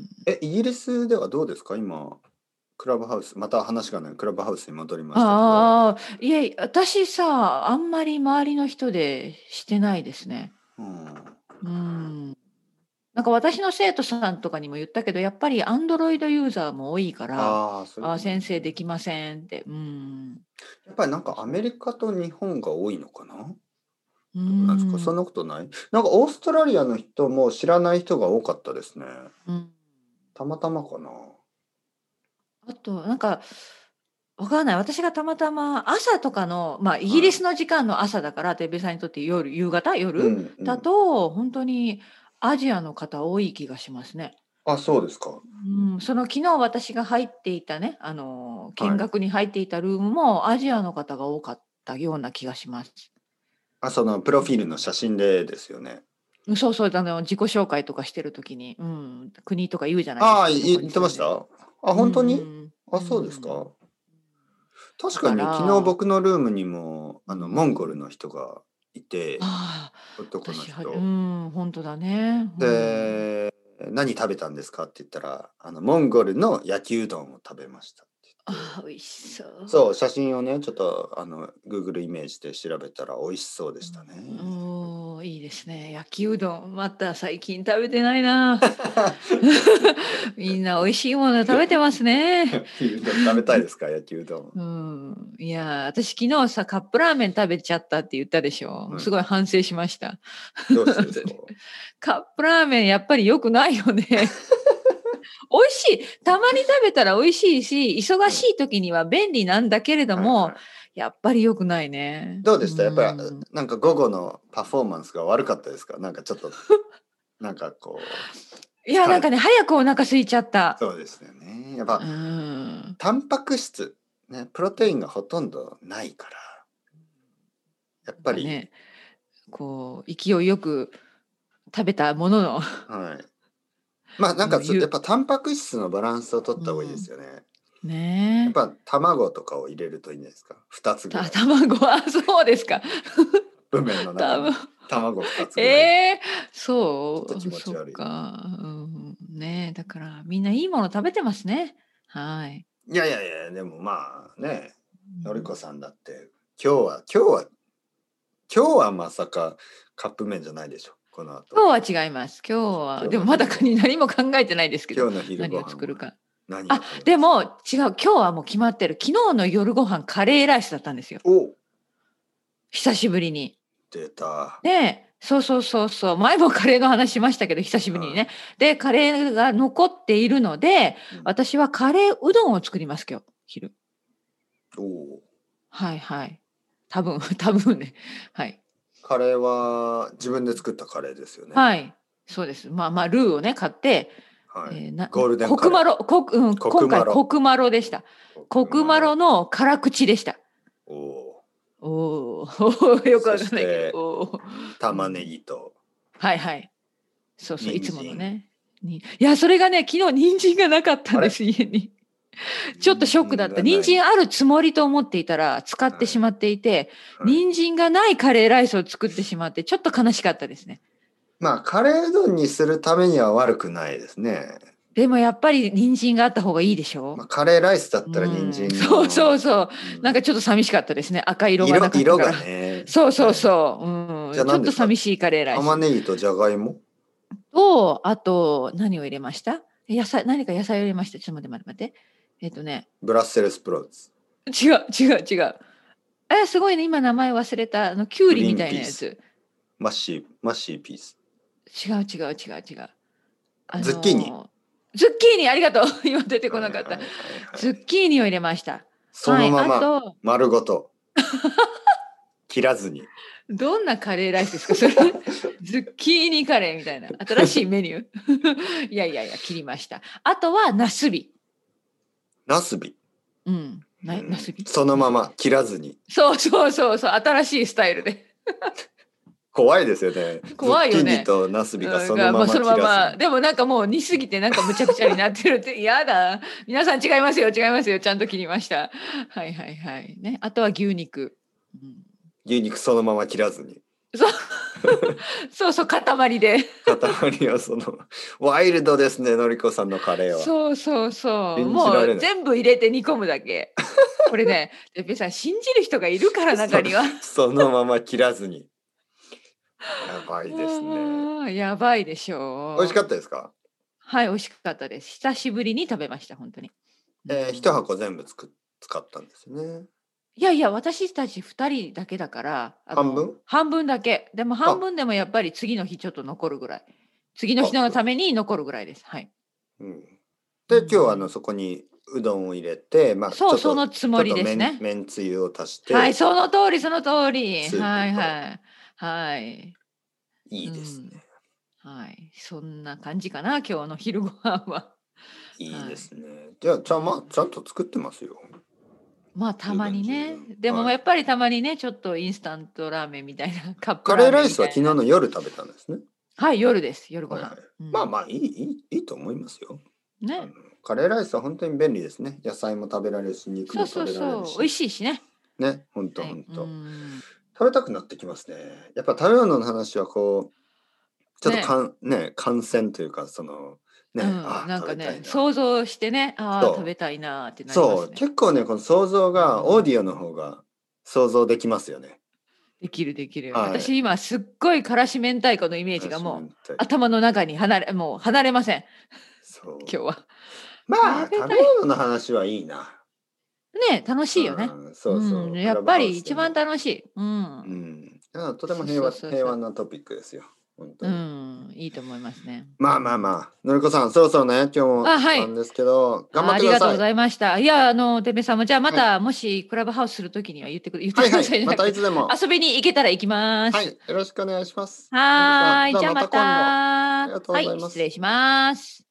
イギリスではどうですか今、クラブハウス、また話がない、クラブハウスに戻りましたけど。 ああ、いえ、私さ、あんまり周りの人でしてないですね。 うん。 うん。なんか私の生徒さんとかにも言ったけど、やっぱりアンドロイドユーザーも多いから、 ああ、そういうことね。 先生できませんって。うん。 やっぱりなんかアそうそう。 メリカと日本が多いのかな。 うどうなんですか、そん。 んなことない。なんかオーストラリアの人も知らない人が多かったですね。 うん。 たまたまかな。 あと、なんか、わかんない。私がたまたま朝とかの、まあ、イギリスはい。 の時間の朝だから、てっぺいさんにとって夕方夜うんうだん。 と、本当にアジアの方多い気がしますね。 あ、そうですか。 うん、その昨日私が入っていたね、見はい。 学に入っていたルームもアジアの方が多かったような気がします。 あ、そのプロフィールの写真でですよね。 うん、そうそう、自己紹介とかしてる時に、うん、国とか言うじゃないでああ、 すか、どこ言ってに住んでる。 ました。あ、 うん本当に。 うん、うあ、そうですか。 ん。だか確かに昨日ら、 僕のルームにもうモンゴルん、 の人がいて、 ああ、 男の私は、う人ん、本当だね。うん。 で、何食べたんですかって言ったら、モンゴルの焼きうどんを食べましたって言って、 ああ、美味しそう。 そう、写真をね、ちょっとGoogle イメージで調べたら美味しそうでしたうん、 ね。 いいですね。焼きうどん、また最近食べてないな。みんな美味しいもの食べてますね。 焼きうどん食べたいですか、焼きうどん。 うん。いや、私昨日さ、カップラーメン食べちゃったって言ったでしょ。 はい。 すごい反省しました。 どうしてですか。 それカップラーメンやっぱり良くないよね。美味しい。たまに食べたら美味しいし、忙はい。 しい時には便利なんだけれども、 はいはい。 やっぱり良くないね。うどうでした、やっぱり、 ん。 なんか午後のパフォーマンスが悪かったですか。なんかちょっと、なんかこう、 いや、 疲れ、 なんかね、早くお腹空いちゃった。 そうですよね。やっうぱ、 ん。 タンパク質、ね、プロテインがほとんどないから、やっなんぱり、 かね、こう、勢いよく食べたものの、 はい。まあなんうん、 かやっぱタンパク質のバランスを取った方がいいでうん。 すよね。やっねえ。 ぱ卵とかを入れるといいんじゃないですか。2つぐらい。 卵は、そうですか。 カップ麺の中たぶん、 に卵2つえぐらい。 え、 ちょっと気そう、そっ持ち悪い。 か。うん、ねえ、だからみんないいもの食べてますね。はい。 いやいやいや、でもまあね、のりうん、 こさんだって、今日はまさかカップ麺じゃないでしょ、この後。 今日は違います。今日は、 今日のでもまだ昼ご飯。 何も考えてないですけど、 今日の昼何をご飯は作るか。 何をあ、 食べますか。 でも違う、今日はもう決まってる。昨日の夜ご飯カレーライスだったんですよ。 お、 久しぶりに。 出た。 で、そうそうそうそう、前もカレーの話しましたけど、久しぶりにはね。で、カレーが残っているので、 い。うん、 私はカレーうどんを作ります、今日、昼。 おお。 はいはい。多分、多分ね。はい。 カレーは自分で作ったカレーですよね。 はい。そうです。まあまあ、ルーをね、買って、 はい。ゴールデンカレー。 コクマロ、 コク今マロ。 回コクマロでした。 ココクマロクマロ。 の辛口でした。 おお。 おお、よくそわかんないけど、おしてお。う玉ねん。 ぎとはいはい。そうそう、いつもの人参。 ね。いや、それがね、昨日人参がなかったんあれ、 です、家に。ちょっと人ショックだった。 参がない。 人参あるつもりと思っていたら、使ってはい。 しまっていて、 はい。 人参がないカレーライスを作ってしまって、ちょっと悲しかったですね。 まあ、カレーうどんにするためには悪くないですね。 でもやっぱり人参があった方がいいでしょ。 まあ、カレーライスだっうたら人ん、 参そうそうの、 そう。なんかうん、 ちょっと寂しかったですね。赤色がなかった色がから。 ね、 そうそうはい。 そう。 じうん、ちょっとゃあ何ですか。 寂しいカレーライ玉ス。 ねぎとじゃがいも。 と、あと、何を入れました？何か野菜を入れました。ちょっと待って待って待って。 ブラッセルスプローツ。 違う違う違う。すごいね。今名前忘れた。キュウグリーリみたンピース。 いなやつ。 マッシーピース。 違う違う違う違う。 ズッキーニ。 ズッキーニ、ありがとう。今出てこなかった。 はいはいはいはズッい。 キーニを入れました。 そはい。 のまま、 あと、 丸ごと、切らずに。 どんなカレーライスですかそれ？ズッキーニカレーみたいな。新しいメニュー。いやいやいや、切りました。あとは、ナスビ。 ナスビ。 うん。 うん、 ナスビそのナスビ。 まま、切らずに。 そうそうそうそう。新しいスタイルで。 怖いですよね。ズッキーニ怖いよね。 とナスビがそのままもうそのまま。 切らずに。 でもなんかもう似すぎてなんかむちゃくちゃになってるって。嫌だ。皆さん違いますよ。違いますよ。ちゃんと切りました。はいはいはい。ね。あとは牛肉。うん、 牛肉そのまま切らずに。 そう。 そうそう、塊で。 塊はワイルドですね、のりこさんのカレーは。 そうそうそう。 信じもうられない。 全部入れて煮込むだけ。これね、てっぺいさん信じる人がいるから中には。 そのまま切らずに。やばいですね。 あーやばいでしょう。 美味しかったですか？ はい、美味しかったです。久しぶりに食べました、本当に。 一箱全部使ったんですね。 いやいや、私たち2人だけだから、 半分？ 半分だけ。でも半分でもやっぱり次の日ちょっと残るぐらい。次の日のために残るぐらいです。はい。 うん、で、今日はそこにうどんを入れて、まあ、 そう、 ちょっとそのつもりですね。 めんつゆを足して、 はい、その通り、その通り。 スープとはいはい。はい。 いいですね。 はい。そんな感じかな、今日の昼ご飯は。 いいですね。じゃあまあちゃんと作ってますよ。 まあたまにね十分。 でもはいやっぱりたまにね、ちょっとインスタントラーメンみたいなカップカラーレーライスはメンみたいな。 昨日の夜食べたんですね。 はい、夜です。夜ご飯。 はいはい。 うんまあまあいいと思いますよ。 ね。 カレーライスは本当に便利ですね。野菜も食べられるし、肉もそうそう食べられるし。 そう。美味しいしね。 ね、本当はい本当。 うん食べたくなってきますね。やっぱ食べ物の話はこうちょっと感染というかね、 なんかね、 食べたいな。 想像してね、 そう食べたいなってなりますね。 結構ね、この想像がオーディオの方が想像できますよね。 できるできる。 はい私今すっごいからし明太子のイメージがもう私も頭の中にもう離れません。 そう。 今日は。 まあ、 食べたい食べ物の話はいいな。 ね、楽しいよね。 そうそう。 やっぱり一番楽しい。 とてもそうそうそう平和なトピックですよ。本当に。 いいと思いますね。 まあまあまあ、のりこさん、そろそろね、今日もなんですけど、頑張ってください。 ありがとうございました。いや、てべさんも、じゃあまた、もしクラブハウスするときには言ってくださいね。 またいつでも。 遊びに行けたら行きます。 はい、よろしくお願いします。 はーい、じゃあまた。 ありがとうございます。 はい、失礼します。